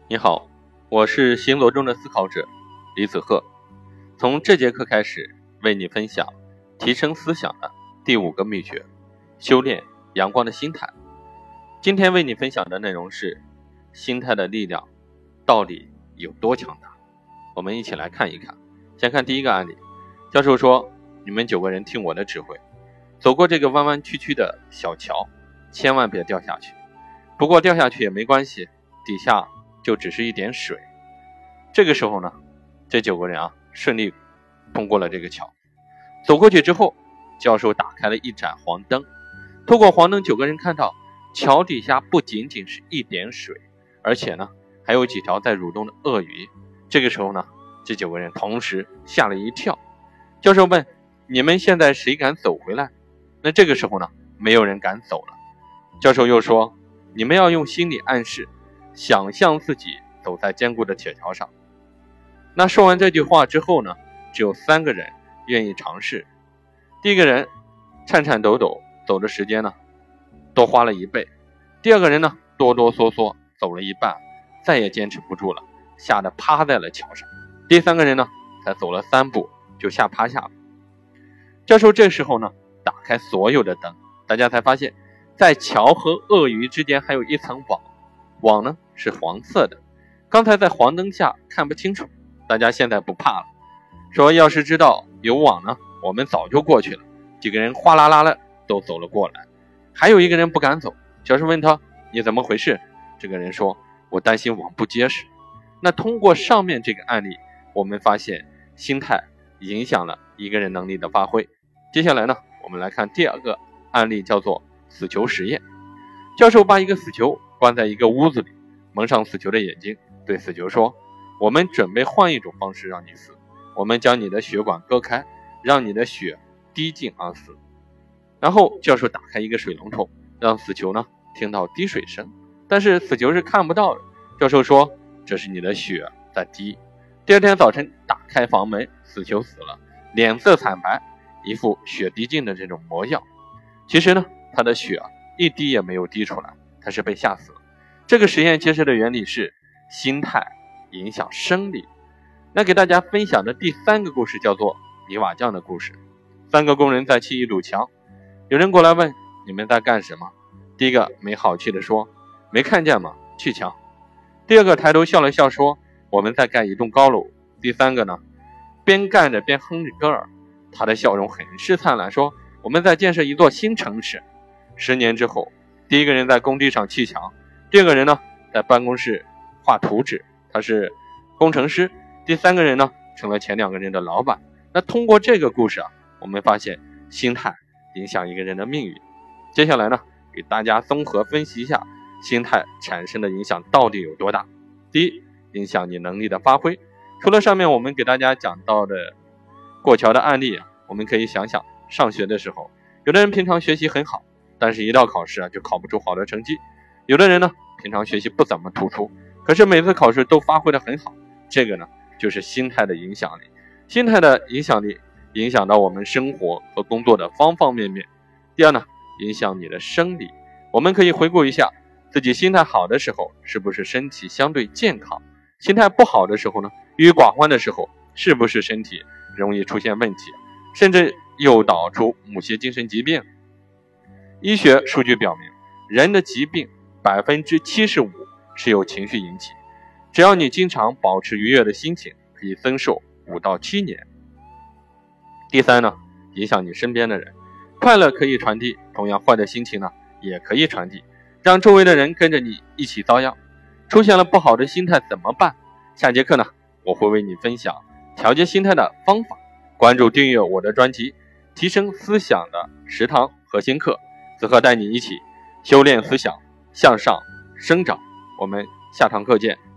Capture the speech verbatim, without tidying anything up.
你好，我是星座中的思考者李子赫。从这节课开始，为你分享提升思想的第五个秘诀，修炼阳光的心态。今天为你分享的内容是心态的力量到底有多强大。我们一起来看一看。先看第一个案例，教授说，你们九个人听我的指挥，走过这个弯弯曲曲的小桥，千万别掉下去。不过掉下去也没关系，底下就只是一点水。这个时候呢，这九个人啊顺利通过了这个桥。走过去之后，教授打开了一盏黄灯，透过黄灯，九个人看到桥底下不仅仅是一点水，而且呢还有几条在蠕动的鳄鱼。这个时候呢，这九个人同时吓了一跳。教授问，你们现在谁敢走回来？那这个时候呢，没有人敢走了。教授又说，你们要用心理暗示，想象自己走在坚固的铁桥上。那说完这句话之后呢，只有三个人愿意尝试。第一个人颤颤抖抖，走的时间呢多花了一倍。第二个人呢哆哆嗦嗦，走了一半，再也坚持不住了，吓得趴在了桥上。第三个人呢才走了三步就吓趴下了。教授这时候呢打开所有的灯，大家才发现在桥和鳄鱼之间还有一层网，网呢是黄色的，刚才在黄灯下看不清楚，大家现在不怕了，说要是知道有网呢，我们早就过去了。几个人哗啦啦的都走了过来。还有一个人不敢走，教授问他，你怎么回事？这个人说，我担心网不结实。那通过上面这个案例，我们发现心态影响了一个人能力的发挥。接下来呢，我们来看第二个案例，叫做死囚实验。教授把一个死囚关在一个屋子里，蒙上死囚的眼睛，对死囚说，我们准备换一种方式让你死，我们将你的血管割开，让你的血滴进而死。然后教授打开一个水龙头，让死囚呢听到滴水声，但是死囚是看不到的。教授说，这是你的血在滴。第二天早晨打开房门，死囚死了，脸色惨白，一副血滴尽的这种模样。其实呢，他的血啊一滴也没有滴出来，他是被吓死了。这个实验揭示的原理是心态影响生理。那给大家分享的第三个故事叫做泥瓦匠的故事。三个工人在砌一堵墙，有人过来问，你们在干什么？第一个没好气的说，没看见吗？砌墙。第二个抬头笑了笑说，我们在盖一栋高楼。第三个呢，边干着边哼着歌儿，他的笑容很是灿烂，说，我们在建设一座新城市。十年之后，第一个人在工地上砌墙，第二个人呢在办公室画图纸，他是工程师。第三个人呢成了前两个人的老板。那通过这个故事啊，我们发现心态影响一个人的命运。接下来呢，给大家综合分析一下心态产生的影响到底有多大。第一，影响你能力的发挥。除了上面我们给大家讲到的过桥的案例啊，我们可以想想上学的时候，有的人平常学习很好，但是一到考试啊就考不出好的成绩。有的人呢平常学习不怎么突出，可是每次考试都发挥得很好。这个呢就是心态的影响力。心态的影响力影响到我们生活和工作的方方面面。第二呢，影响你的生理。我们可以回顾一下自己心态好的时候是不是身体相对健康，心态不好的时候呢，郁郁寡欢的时候是不是身体容易出现问题，甚至诱导出某些精神疾病。医学数据表明，人的疾病 百分之七十五 是由情绪引起。只要你经常保持愉悦的心情，可以增寿五到七年。第三呢，影响你身边的人。快乐可以传递，同样坏的心情呢也可以传递，让周围的人跟着你一起遭殃。出现了不好的心态怎么办？下节课呢，我会为你分享调节心态的方法。关注订阅我的专辑，提升思想的十堂核心课，子赫带你一起修炼思想，向上生长。我们下堂课见。